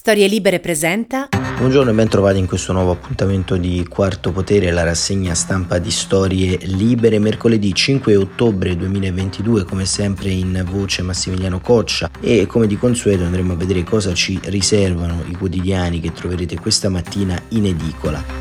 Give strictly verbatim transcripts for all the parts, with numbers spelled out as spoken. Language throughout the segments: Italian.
Storie Libere presenta. Buongiorno e ben trovati in questo nuovo appuntamento di Quarto Potere, la rassegna stampa di Storie Libere, mercoledì cinque ottobre duemilaventidue, come sempre in voce Massimiliano Coccia, e come di consueto andremo a vedere cosa ci riservano i quotidiani che troverete questa mattina in edicola.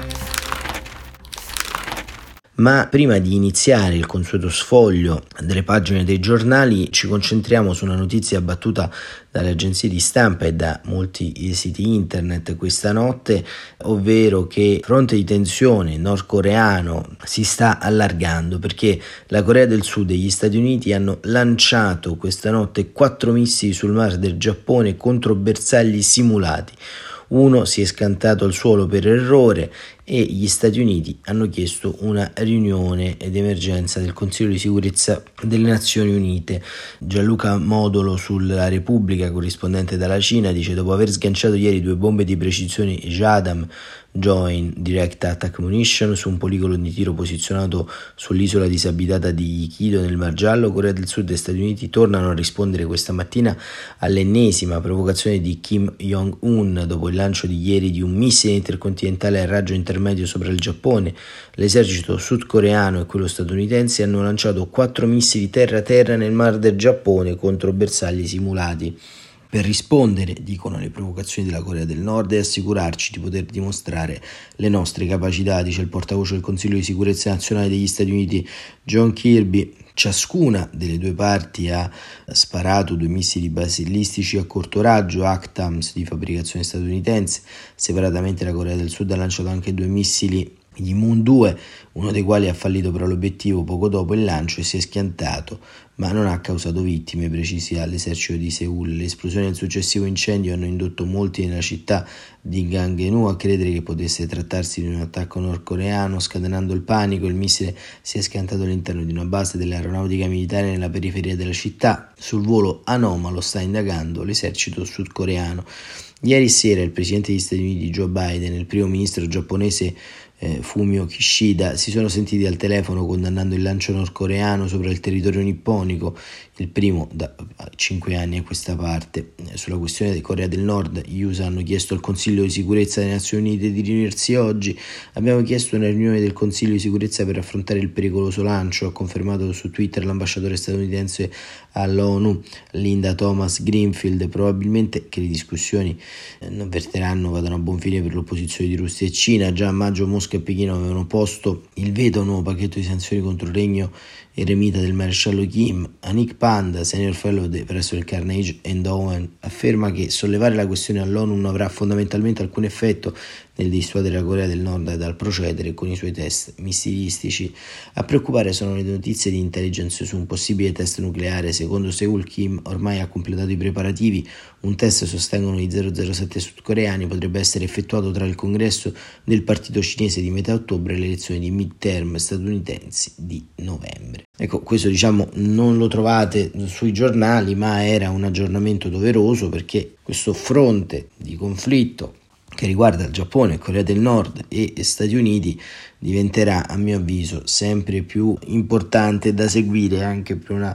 Ma prima di iniziare il consueto sfoglio delle pagine dei giornali ci concentriamo su una notizia battuta dalle agenzie di stampa e da molti siti internet questa notte, ovvero che il fronte di tensione nordcoreano si sta allargando perché la Corea del Sud e gli Stati Uniti hanno lanciato questa notte quattro missili sul mare del Giappone contro bersagli simulati. Uno si è scantato al suolo per errore e gli Stati Uniti hanno chiesto una riunione d'emergenza del Consiglio di sicurezza delle Nazioni Unite. Gianluca Modolo sulla Repubblica, corrispondente dalla Cina, dice: dopo aver sganciato ieri due bombe di precisione JADAM Joint Direct Attack Munition su un poligono di tiro posizionato sull'isola disabitata di Kido nel Mar Giallo, Corea del Sud e Stati Uniti tornano a rispondere questa mattina all'ennesima provocazione di Kim Jong-un dopo il lancio di ieri di un missile intercontinentale a raggio intermedio sopra il Giappone. L'esercito sudcoreano e quello statunitense hanno lanciato quattro missili terra-terra nel Mar del Giappone contro bersagli simulati. Per rispondere, dicono, alle provocazioni della Corea del Nord e assicurarci di poter dimostrare le nostre capacità, dice il portavoce del Consiglio di sicurezza nazionale degli Stati Uniti John Kirby. Ciascuna delle due parti ha sparato due missili basilistici a corto raggio, ATACMS, di fabbricazione statunitense. Separatamente la Corea del Sud ha lanciato anche due missili gli Moon due, uno dei quali ha fallito però l'obiettivo poco dopo il lancio e si è schiantato, ma non ha causato vittime, precisa l'esercito di Seul. Le esplosioni e il successivo incendio hanno indotto molti nella città di Gangneung a credere che potesse trattarsi di un attacco nordcoreano, scatenando il panico. Il missile si è schiantato all'interno di una base dell'aeronautica militare nella periferia della città. Sul volo anomalo sta indagando l'esercito sudcoreano. Ieri sera il presidente degli Stati Uniti Joe Biden e il primo ministro giapponese eh, Fumio Kishida si sono sentiti al telefono condannando il lancio nordcoreano sopra il territorio nipponico, il primo da cinque anni a questa parte. Sulla questione di Corea del Nord, gli U S A hanno chiesto al Consiglio di sicurezza delle Nazioni Unite di riunirsi oggi. Abbiamo chiesto una riunione del Consiglio di sicurezza per affrontare il pericoloso lancio, ha confermato su Twitter l'ambasciatore statunitense all'ONU Linda Thomas Greenfield. Probabilmente che le discussioni non verteranno vadano a buon fine per l'opposizione di Russia e Cina. Già a maggio Mosca e Pechino avevano posto il veto a un nuovo pacchetto di sanzioni contro il regno eremita del maresciallo Kim. Anik Panda, senior fellow presso il Carnegie Endowment, afferma che sollevare la questione all'ONU non avrà fondamentalmente alcun effetto nel dissuadere la Corea del Nord dal procedere con i suoi test missilistici. A preoccupare sono le notizie di intelligence su un possibile test nucleare. Secondo Seul, Kim ormai ha completato i preparativi. Un test, sostengono i zero zero sette sudcoreani, potrebbe essere effettuato tra il congresso del partito cinese di metà ottobre e le elezioni di midterm statunitensi di novembre. Ecco, questo diciamo non lo trovate sui giornali, ma era un aggiornamento doveroso perché questo fronte di conflitto che riguarda il Giappone, Corea del Nord e Stati Uniti diventerà, a mio avviso, sempre più importante da seguire, anche per una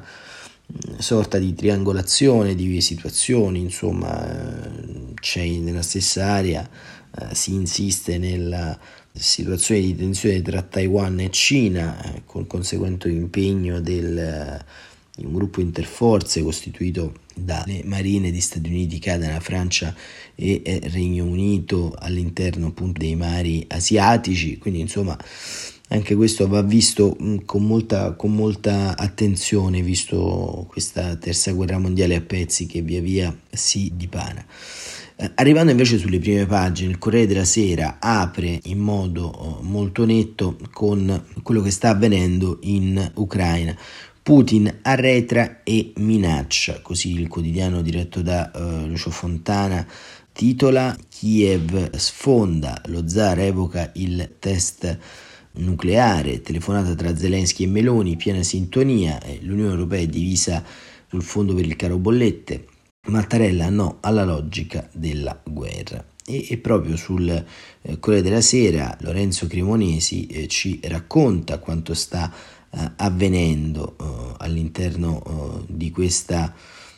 sorta di triangolazione di situazioni. Insomma, c'è nella stessa area, eh, si insiste nella situazione di tensione tra Taiwan e Cina, eh, con conseguente impegno del di un gruppo interforze costituito dalle marine di Stati Uniti, Canada, Francia e eh, Regno Unito all'interno appunto dei mari asiatici. Quindi insomma anche questo va visto mh, con molta, con molta attenzione, visto questa terza guerra mondiale a pezzi che via via si dipana. Eh, arrivando invece sulle prime pagine, il Corriere della Sera apre in modo oh, molto netto con quello che sta avvenendo in Ucraina. Putin arretra e minaccia, così il quotidiano diretto da uh, Lucio Fontana titola: Kiev sfonda, lo zar evoca il test nucleare, telefonata tra Zelensky e Meloni, piena sintonia, l'Unione Europea è divisa sul fondo per il caro bollette, Mattarella no alla logica della guerra. E, e proprio sul eh, Corriere della Sera Lorenzo Cremonesi eh, ci racconta quanto sta Uh, avvenendo uh, all'interno uh, di questa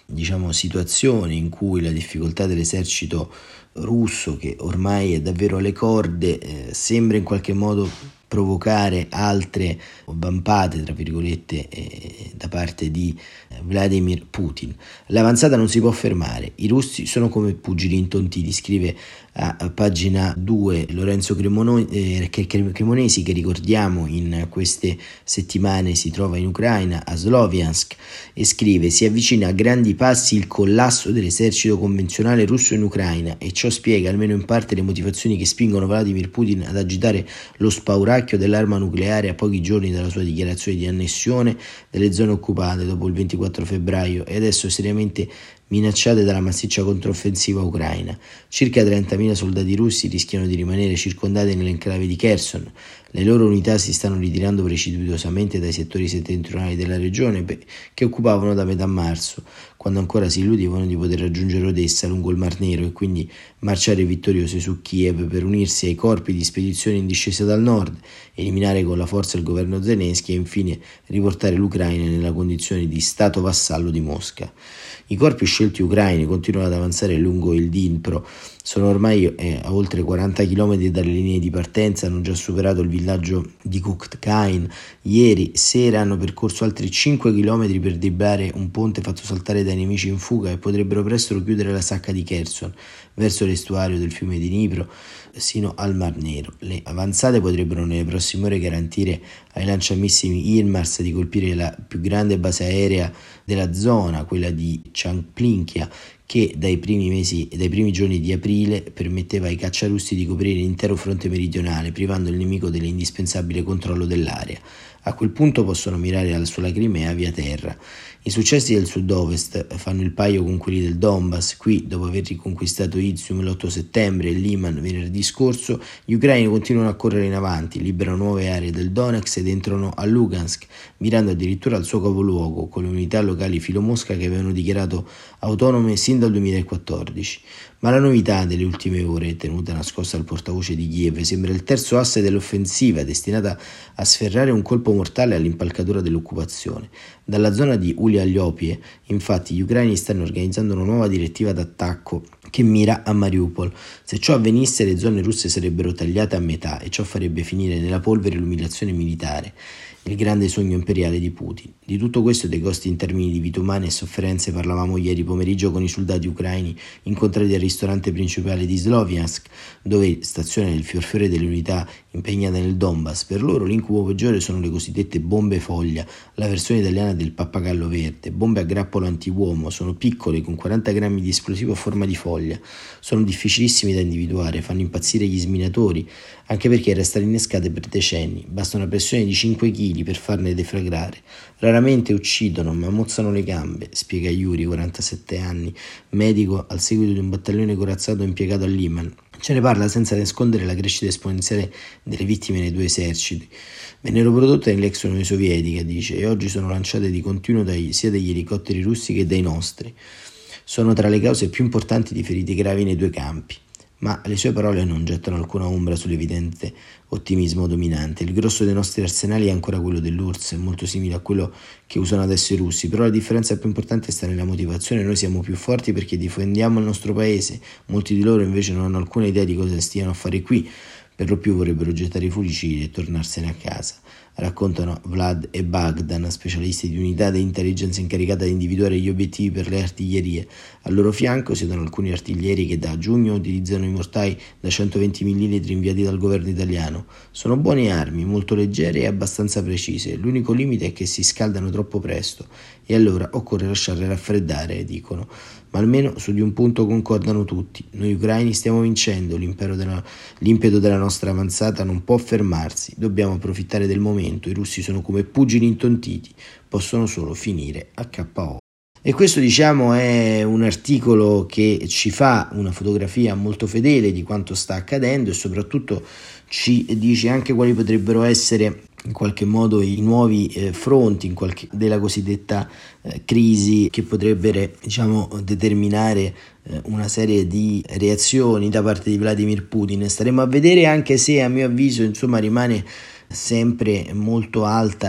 diciamo, situazione in cui la difficoltà dell'esercito russo, che ormai è davvero alle corde, eh, sembra in qualche modo provocare altre vampate, tra virgolette, eh, da parte di Vladimir Putin. L'avanzata non si può fermare, i russi sono come pugili intontiti, scrive a, a pagina due Lorenzo Cremono, eh, Cremonesi, che ricordiamo in queste settimane si trova in Ucraina, a Sloviansk, e scrive: si avvicina a grandi passi il collasso dell'esercito convenzionale russo in Ucraina, e ciò spiega almeno in parte le motivazioni che spingono Vladimir Putin ad agitare lo spauracchio dell'arma nucleare a pochi giorni dalla sua dichiarazione di annessione delle zone occupate dopo il ventiquattro febbraio e adesso seriamente minacciate dalla massiccia controffensiva ucraina. Circa trentamila soldati russi rischiano di rimanere circondati nell'enclave di Kherson. Le loro unità si stanno ritirando precipitosamente dai settori settentrionali della regione che occupavano da metà marzo, quando ancora si illudevano di poter raggiungere Odessa lungo il Mar Nero e quindi marciare vittoriose su Kiev per unirsi ai corpi di spedizione in discesa dal nord, eliminare con la forza il governo Zelensky e infine riportare l'Ucraina nella condizione di stato vassallo di Mosca. I corpi scelti ucraini continuano ad avanzare lungo il Dnipro, sono ormai eh, a oltre quaranta chilometri dalle linee di partenza, hanno già superato il villaggio di Kukhtkain. Ieri sera hanno percorso altri cinque chilometri per driblare un ponte fatto saltare dai nemici in fuga e potrebbero presto chiudere la sacca di Kherson verso l'estuario del fiume Dnipro sino al Mar Nero. Le avanzate potrebbero nelle prossime ore garantire ai lanciamissili HIMARS di colpire la più grande base aerea della zona, quella di Champlinkia, che dai primi mesi e dai primi giorni di aprile permetteva ai cacciarussi di coprire l'intero fronte meridionale, privando il nemico dell'indispensabile controllo dell'area. A quel punto possono mirare sulla Crimea via terra. I successi del sud-ovest fanno il paio con quelli del Donbass. Qui, dopo aver riconquistato Izium l'otto settembre e Liman venerdì scorso, gli ucraini continuano a correre in avanti, liberano nuove aree del Donetsk ed entrano a Lugansk, mirando addirittura al suo capoluogo, con le unità locali filo-Mosca che avevano dichiarato autonome sin dal duemilaquattordici. Ma la novità delle ultime ore, tenuta nascosta al portavoce di Kiev, sembra il terzo asse dell'offensiva, destinata a sferrare un colpo mortale all'impalcatura dell'occupazione. Dalla zona di Ulia-Liopie, infatti, gli ucraini stanno organizzando una nuova direttiva d'attacco che mira a Mariupol. Se ciò avvenisse, le zone russe sarebbero tagliate a metà e ciò farebbe finire nella polvere l'umiliazione militare, il grande sogno imperiale di Putin. Di tutto questo e dei costi in termini di vite umane e sofferenze parlavamo ieri pomeriggio con i soldati ucraini incontrati al ristorante principale di Sloviansk, dove staziona il fiorfiore delle unità impegnate nel Donbass. Per loro l'incubo peggiore sono le cosiddette bombe foglia, la versione italiana del pappagallo verde. Bombe a grappolo antiuomo, sono piccole con quaranta grammi di esplosivo a forma di foglia, sono difficilissime da individuare, fanno impazzire gli sminatori, anche perché restano innescate per decenni, basta una pressione di cinque chili per farne deflagrare. Raramente uccidono, ma mozzano le gambe, spiega Yuri, quarantasette anni, medico al seguito di un battaglione corazzato impiegato a Liman. Ce ne parla senza nascondere la crescita esponenziale delle vittime nei due eserciti. Vennero prodotte nell'ex Unione Sovietica, dice, e oggi sono lanciate di continuo dai, sia dagli elicotteri russi che dai nostri. Sono tra le cause più importanti di feriti gravi nei due campi. Ma le sue parole non gettano alcuna ombra sull'evidente ottimismo dominante. Il grosso dei nostri arsenali è ancora quello dell'U R S S, molto simile a quello che usano adesso i russi, però la differenza più importante sta nella motivazione. Noi siamo più forti perché difendiamo il nostro paese, molti di loro invece non hanno alcuna idea di cosa stiano a fare qui, per lo più vorrebbero gettare i fucili e tornarsene a casa. Raccontano Vlad e Bagdan, specialisti di unità di intelligence incaricata di individuare gli obiettivi per le artiglierie. Al loro fianco siedono alcuni artiglieri che da giugno utilizzano i mortai da centoventi millimetri inviati dal governo italiano. Sono buone armi, molto leggere e abbastanza precise. L'unico limite è che si scaldano troppo presto e allora occorre lasciarle raffreddare, dicono. Ma almeno su di un punto concordano tutti. Noi ucraini stiamo vincendo, l'impero della, l'impeto della nostra avanzata non può fermarsi, dobbiamo approfittare del momento, i russi sono come pugili intontiti, possono solo finire a K O. E questo, diciamo, è un articolo che ci fa una fotografia molto fedele di quanto sta accadendo e soprattutto ci dice anche quali potrebbero essere in qualche modo i nuovi eh, fronti in qualche, della cosiddetta eh, crisi che potrebbero, diciamo, determinare eh, una serie di reazioni da parte di Vladimir Putin. Staremo a vedere, anche se a mio avviso insomma rimane sempre molto alta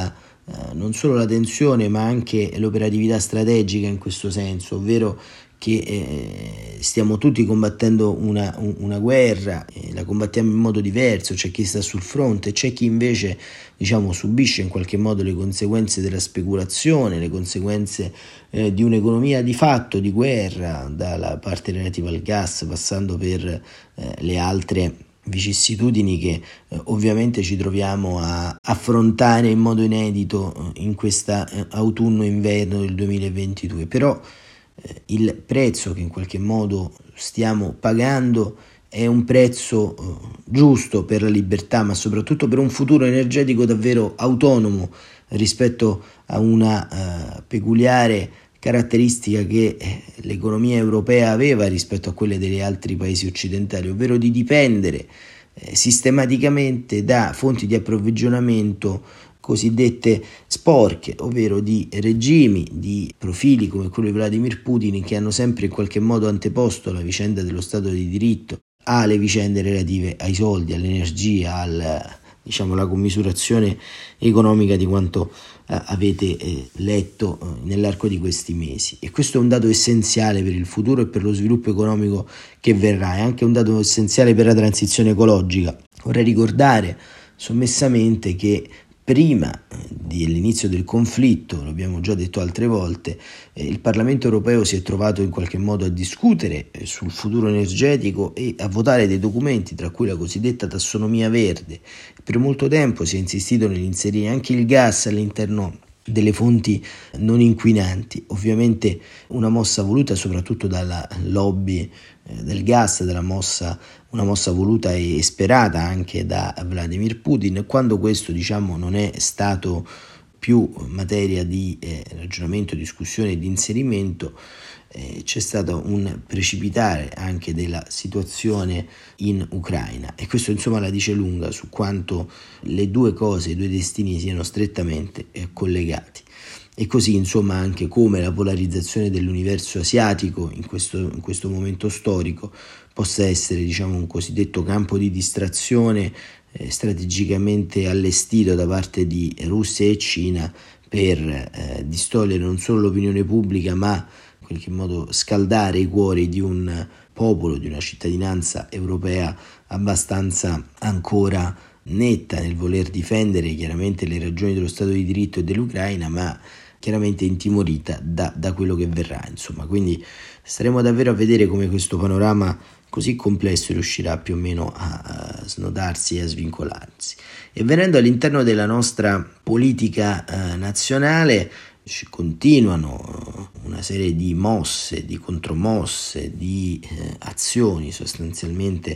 eh, non solo la tensione ma anche l'operatività strategica in questo senso, ovvero che eh, stiamo tutti combattendo una, una guerra, eh, la combattiamo in modo diverso, c'è chi sta sul fronte, c'è chi invece diciamo subisce in qualche modo le conseguenze della speculazione, le conseguenze eh, di un'economia di fatto di guerra, dalla parte relativa al gas passando per eh, le altre vicissitudini che eh, ovviamente ci troviamo a affrontare in modo inedito in questa eh, autunno-inverno del duemilaventidue. Però eh, il prezzo che in qualche modo stiamo pagando è un prezzo eh, giusto per la libertà, ma soprattutto per un futuro energetico davvero autonomo rispetto a una eh, peculiare caratteristica che eh, l'economia europea aveva rispetto a quelle degli altri paesi occidentali, ovvero di dipendere eh, sistematicamente da fonti di approvvigionamento cosiddette sporche, ovvero di regimi, di profili come quello di Vladimir Putin, che hanno sempre in qualche modo anteposto la vicenda dello Stato di diritto alle vicende relative ai soldi, all'energia, al, diciamo, la commisurazione economica di quanto eh, avete eh, letto eh, nell'arco di questi mesi. E questo è un dato essenziale per il futuro e per lo sviluppo economico che verrà, è anche un dato essenziale per la transizione ecologica. Vorrei ricordare sommessamente che prima dell'inizio del conflitto, lo abbiamo già detto altre volte, eh, il Parlamento europeo si è trovato in qualche modo a discutere eh, sul futuro energetico e a votare dei documenti, tra cui la cosiddetta tassonomia verde. Per molto tempo si è insistito nell'inserire anche il gas all'interno delle fonti non inquinanti, ovviamente una mossa voluta soprattutto dalla lobby eh, del gas, della mossa, una mossa voluta e sperata anche da Vladimir Putin. Quando questo diciamo non è stato più materia di eh, ragionamento, discussione e di inserimento, eh, c'è stato un precipitare anche della situazione in Ucraina, e questo insomma la dice lunga su quanto le due cose, i due destini siano strettamente eh, collegati. E così insomma anche come la polarizzazione dell'universo asiatico in questo, in questo momento storico possa essere diciamo un cosiddetto campo di distrazione eh, strategicamente allestito da parte di Russia e Cina per eh, distogliere non solo l'opinione pubblica ma in qualche modo scaldare i cuori di un popolo, di una cittadinanza europea abbastanza ancora netta nel voler difendere chiaramente le ragioni dello Stato di diritto e dell'Ucraina, ma chiaramente intimorita da, da quello che verrà. Insomma, quindi staremo davvero a vedere come questo panorama così complesso riuscirà più o meno a, a snodarsi e a svincolarsi. E venendo all'interno della nostra politica eh, nazionale, ci continuano una serie di mosse, di contromosse, di eh, azioni sostanzialmente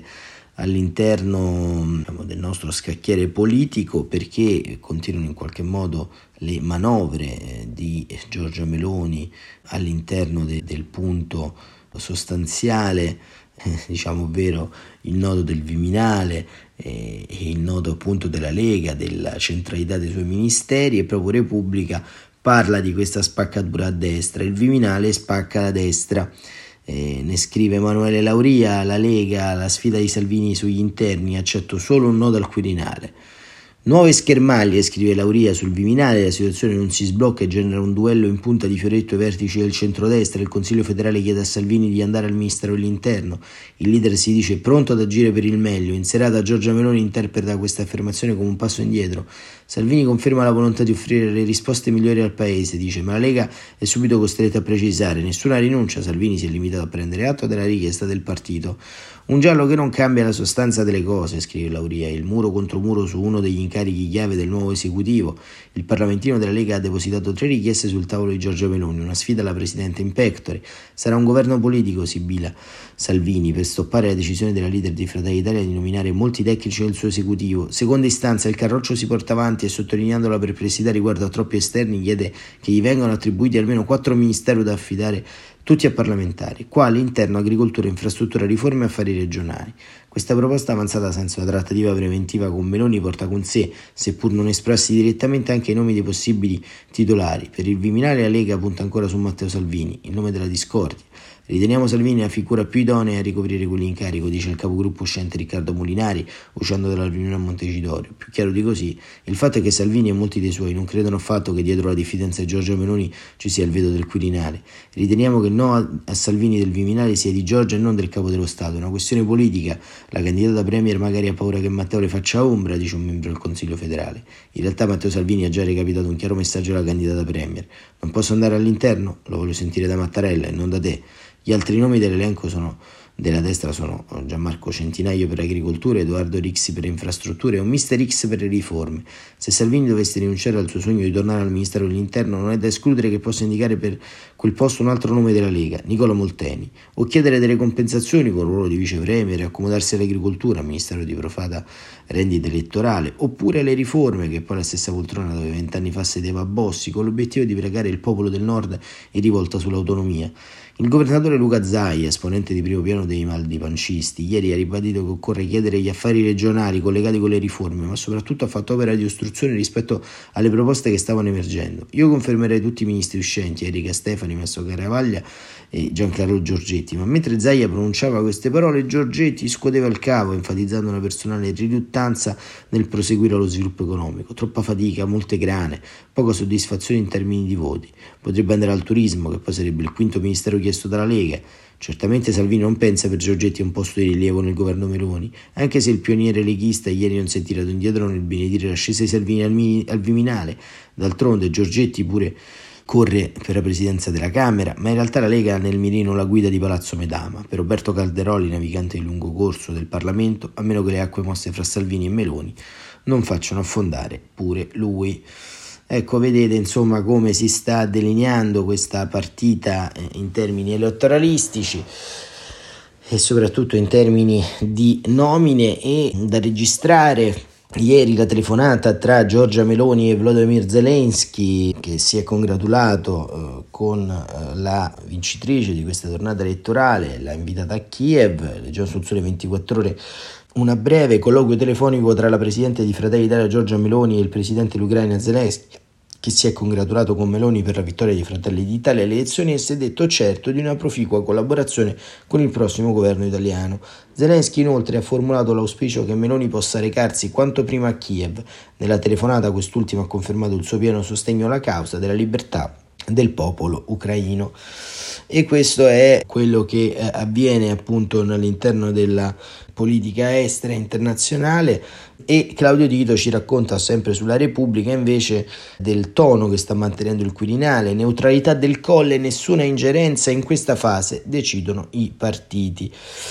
all'interno diciamo, del nostro scacchiere politico, perché continuano in qualche modo le manovre di Giorgia Meloni all'interno de- del punto sostanziale, eh, diciamo ovvero il nodo del Viminale eh, e il nodo appunto della Lega, della centralità dei suoi ministeri, e proprio Repubblica parla di questa spaccatura a destra. Il Viminale spacca la destra. Eh, ne scrive Emanuele Lauria: la Lega, la sfida di Salvini sugli interni, accetto solo un nodo al Quirinale. Nuove schermaglie, scrive Lauria, sul Viminale, la situazione non si sblocca e genera un duello in punta di fioretto ai vertici del centrodestra. Il Consiglio federale chiede a Salvini di andare al Ministero dell'Interno. Il leader si dice pronto ad agire per il meglio. In serata Giorgia Meloni interpreta questa affermazione come un passo indietro. Salvini conferma la volontà di offrire le risposte migliori al Paese, dice, ma la Lega è subito costretta a precisare: nessuna rinuncia. Salvini si è limitato a prendere atto della richiesta del partito. Un giallo che non cambia la sostanza delle cose, scrive Lauria, il muro contro muro su uno degli incarichi chiave del nuovo esecutivo. Il parlamentino della Lega ha depositato tre richieste sul tavolo di Giorgia Meloni, una sfida alla Presidente in pectore. Sarà un governo politico, sibila Salvini, per stoppare la decisione della leader di Fratelli d'Italia di nominare molti tecnici nel suo esecutivo. Seconda istanza, il Carroccio si porta avanti e, sottolineando la perplessità riguardo a troppi esterni, chiede che gli vengano attribuiti almeno quattro ministeri da affidare tutti a parlamentari, quali interno, agricoltura, infrastruttura, riforme e affari regionali. Questa proposta, avanzata senza una trattativa preventiva con Meloni, porta con sé, seppur non espressi direttamente, anche i nomi dei possibili titolari. Per il Viminale la Lega punta ancora su Matteo Salvini, il nome della discordia. Riteniamo Salvini la figura più idonea a ricoprire quell'incarico, dice il capogruppo uscente Riccardo Molinari, uscendo dalla riunione a Montecitorio. Più chiaro di così, il fatto è che Salvini e molti dei suoi non credono affatto che dietro la diffidenza di Giorgia Meloni ci sia il veto del Quirinale. Riteniamo che il no a Salvini del Viminale sia di Giorgia e non del Capo dello Stato, è una questione politica. La candidata premier magari ha paura che Matteo le faccia ombra, dice un membro del Consiglio federale. In realtà Matteo Salvini ha già recapitato un chiaro messaggio alla candidata premier. Non posso andare all'interno? Lo voglio sentire da Mattarella e non da te. Gli altri nomi dell'elenco sono della destra sono Gianmarco Centinaio per agricoltura, Edoardo Rixi per infrastrutture e un mister X per le riforme. Se Salvini dovesse rinunciare al suo sogno di tornare al Ministero dell'Interno, non è da escludere che possa indicare per quel posto un altro nome della Lega, Nicola Molteni, o chiedere delle compensazioni con il ruolo di vice premier e accomodarsi all'agricoltura, al Ministero di profata rendita elettorale, oppure alle riforme, che poi la stessa poltrona dove vent'anni fa sedeva Bossi, con l'obiettivo di pregare il popolo del Nord in rivolta sull'autonomia. Il governatore Luca Zaia, esponente di primo piano dei maldi pancisti, ieri ha ribadito che occorre chiedere gli affari regionali collegati con le riforme, ma soprattutto ha fatto opera di ostruzione rispetto alle proposte che stavano emergendo. Io confermerei tutti i ministri uscenti, Enrica Stefani, Massimo Caravaglia e Giancarlo Giorgetti, ma mentre Zaia pronunciava queste parole, Giorgetti scuoteva il capo, enfatizzando una personale riluttanza nel proseguire allo sviluppo economico. Troppa fatica, molte grane, poca soddisfazione in termini di voti. Potrebbe andare al turismo, che poi sarebbe il quinto ministero chiesto dalla Lega. Certamente Salvini non pensa per Giorgetti a un posto di rilievo nel governo Meloni, anche se il pioniere leghista ieri non si è tirato indietro nel benedire l'ascesa di Salvini al, mini, al Viminale. D'altronde Giorgetti pure corre per la presidenza della Camera, ma in realtà la Lega ha nel mirino la guida di Palazzo Madama. Per Roberto Calderoli, navigante di lungo corso del Parlamento, a meno che le acque mosse fra Salvini e Meloni non facciano affondare pure lui. Ecco, vedete insomma come si sta delineando questa partita in termini elettoralistici e soprattutto in termini di nomine. E da registrare ieri la telefonata tra Giorgia Meloni e Volodymyr Zelensky, che si è congratulato eh, con eh, la vincitrice di questa tornata elettorale, l'ha invitata a Kiev. Leggiamo sul Sole ventiquattro Ore un breve colloquio telefonico tra la presidente di Fratelli d'Italia Giorgia Meloni e il presidente dell'Ucraina Zelensky, che si è congratulato con Meloni per la vittoria dei Fratelli d'Italia alle elezioni e si è detto certo di una proficua collaborazione con il prossimo governo italiano. Zelensky inoltre ha formulato l'auspicio che Meloni possa recarsi quanto prima a Kiev. Nella telefonata quest'ultimo ha confermato il suo pieno sostegno alla causa della libertà del popolo ucraino. E questo è quello che eh, avviene appunto all'interno della politica estera internazionale. E Claudio Tito ci racconta sempre sulla Repubblica invece del tono che sta mantenendo il Quirinale: neutralità del Colle, nessuna ingerenza in questa fase, decidono i partiti.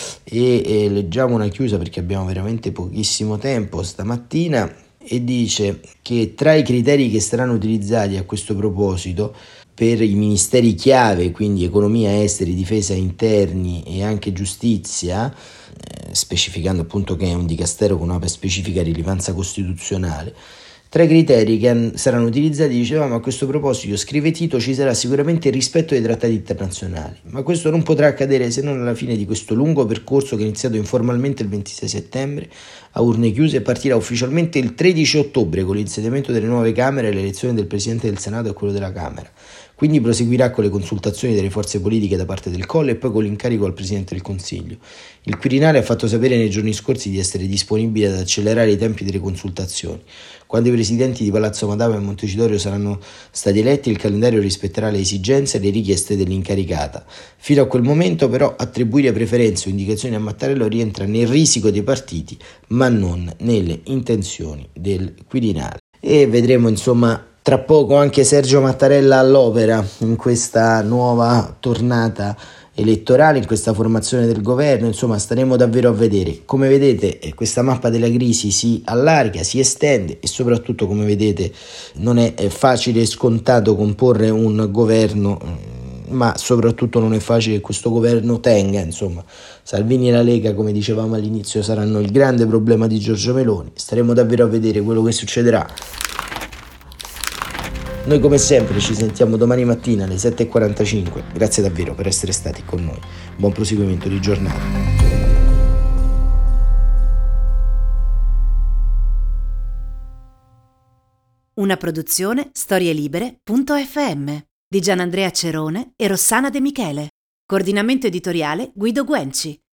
E, e leggiamo una chiusa perché abbiamo veramente pochissimo tempo stamattina, e dice che tra i criteri che saranno utilizzati a questo proposito per i ministeri chiave, quindi economia, esteri, difesa, interni e anche giustizia, eh, specificando appunto che è un dicastero con una specifica rilevanza costituzionale, tra i criteri che an- saranno utilizzati, dicevamo, a questo proposito, scrive Tito, ci sarà sicuramente il rispetto dei trattati internazionali, ma questo non potrà accadere se non alla fine di questo lungo percorso che è iniziato informalmente il ventisei settembre a urne chiuse e partirà ufficialmente il tredici ottobre con l'insediamento delle nuove Camere e l'elezione del Presidente del Senato e quello della Camera. Quindi proseguirà con le consultazioni delle forze politiche da parte del Colle e poi con l'incarico al Presidente del Consiglio. Il Quirinale ha fatto sapere nei giorni scorsi di essere disponibile ad accelerare i tempi delle consultazioni. Quando i presidenti di Palazzo Madama e Montecitorio saranno stati eletti, il calendario rispetterà le esigenze e le richieste dell'incaricata. Fino a quel momento, però, attribuire preferenze o indicazioni a Mattarella rientra nel risico dei partiti, ma non nelle intenzioni del Quirinale. E vedremo, insomma, tra poco anche Sergio Mattarella all'opera in questa nuova tornata elettorale, in questa formazione del governo. Insomma, staremo davvero a vedere. Come vedete, questa mappa della crisi si allarga, si estende e soprattutto, come vedete, non è facile e scontato comporre un governo, ma soprattutto non è facile che questo governo tenga. Insomma, Salvini e la Lega, come dicevamo all'inizio, saranno il grande problema di Giorgia Meloni. Staremo davvero a vedere quello che succederà. Noi come sempre ci sentiamo domani mattina alle sette e quarantacinque. Grazie davvero per essere stati con noi. Buon proseguimento di giornata. Una produzione storielibere punto effe emme di Gianandrea Cerone e Rossana De Michele. Coordinamento editoriale Guido Guenci.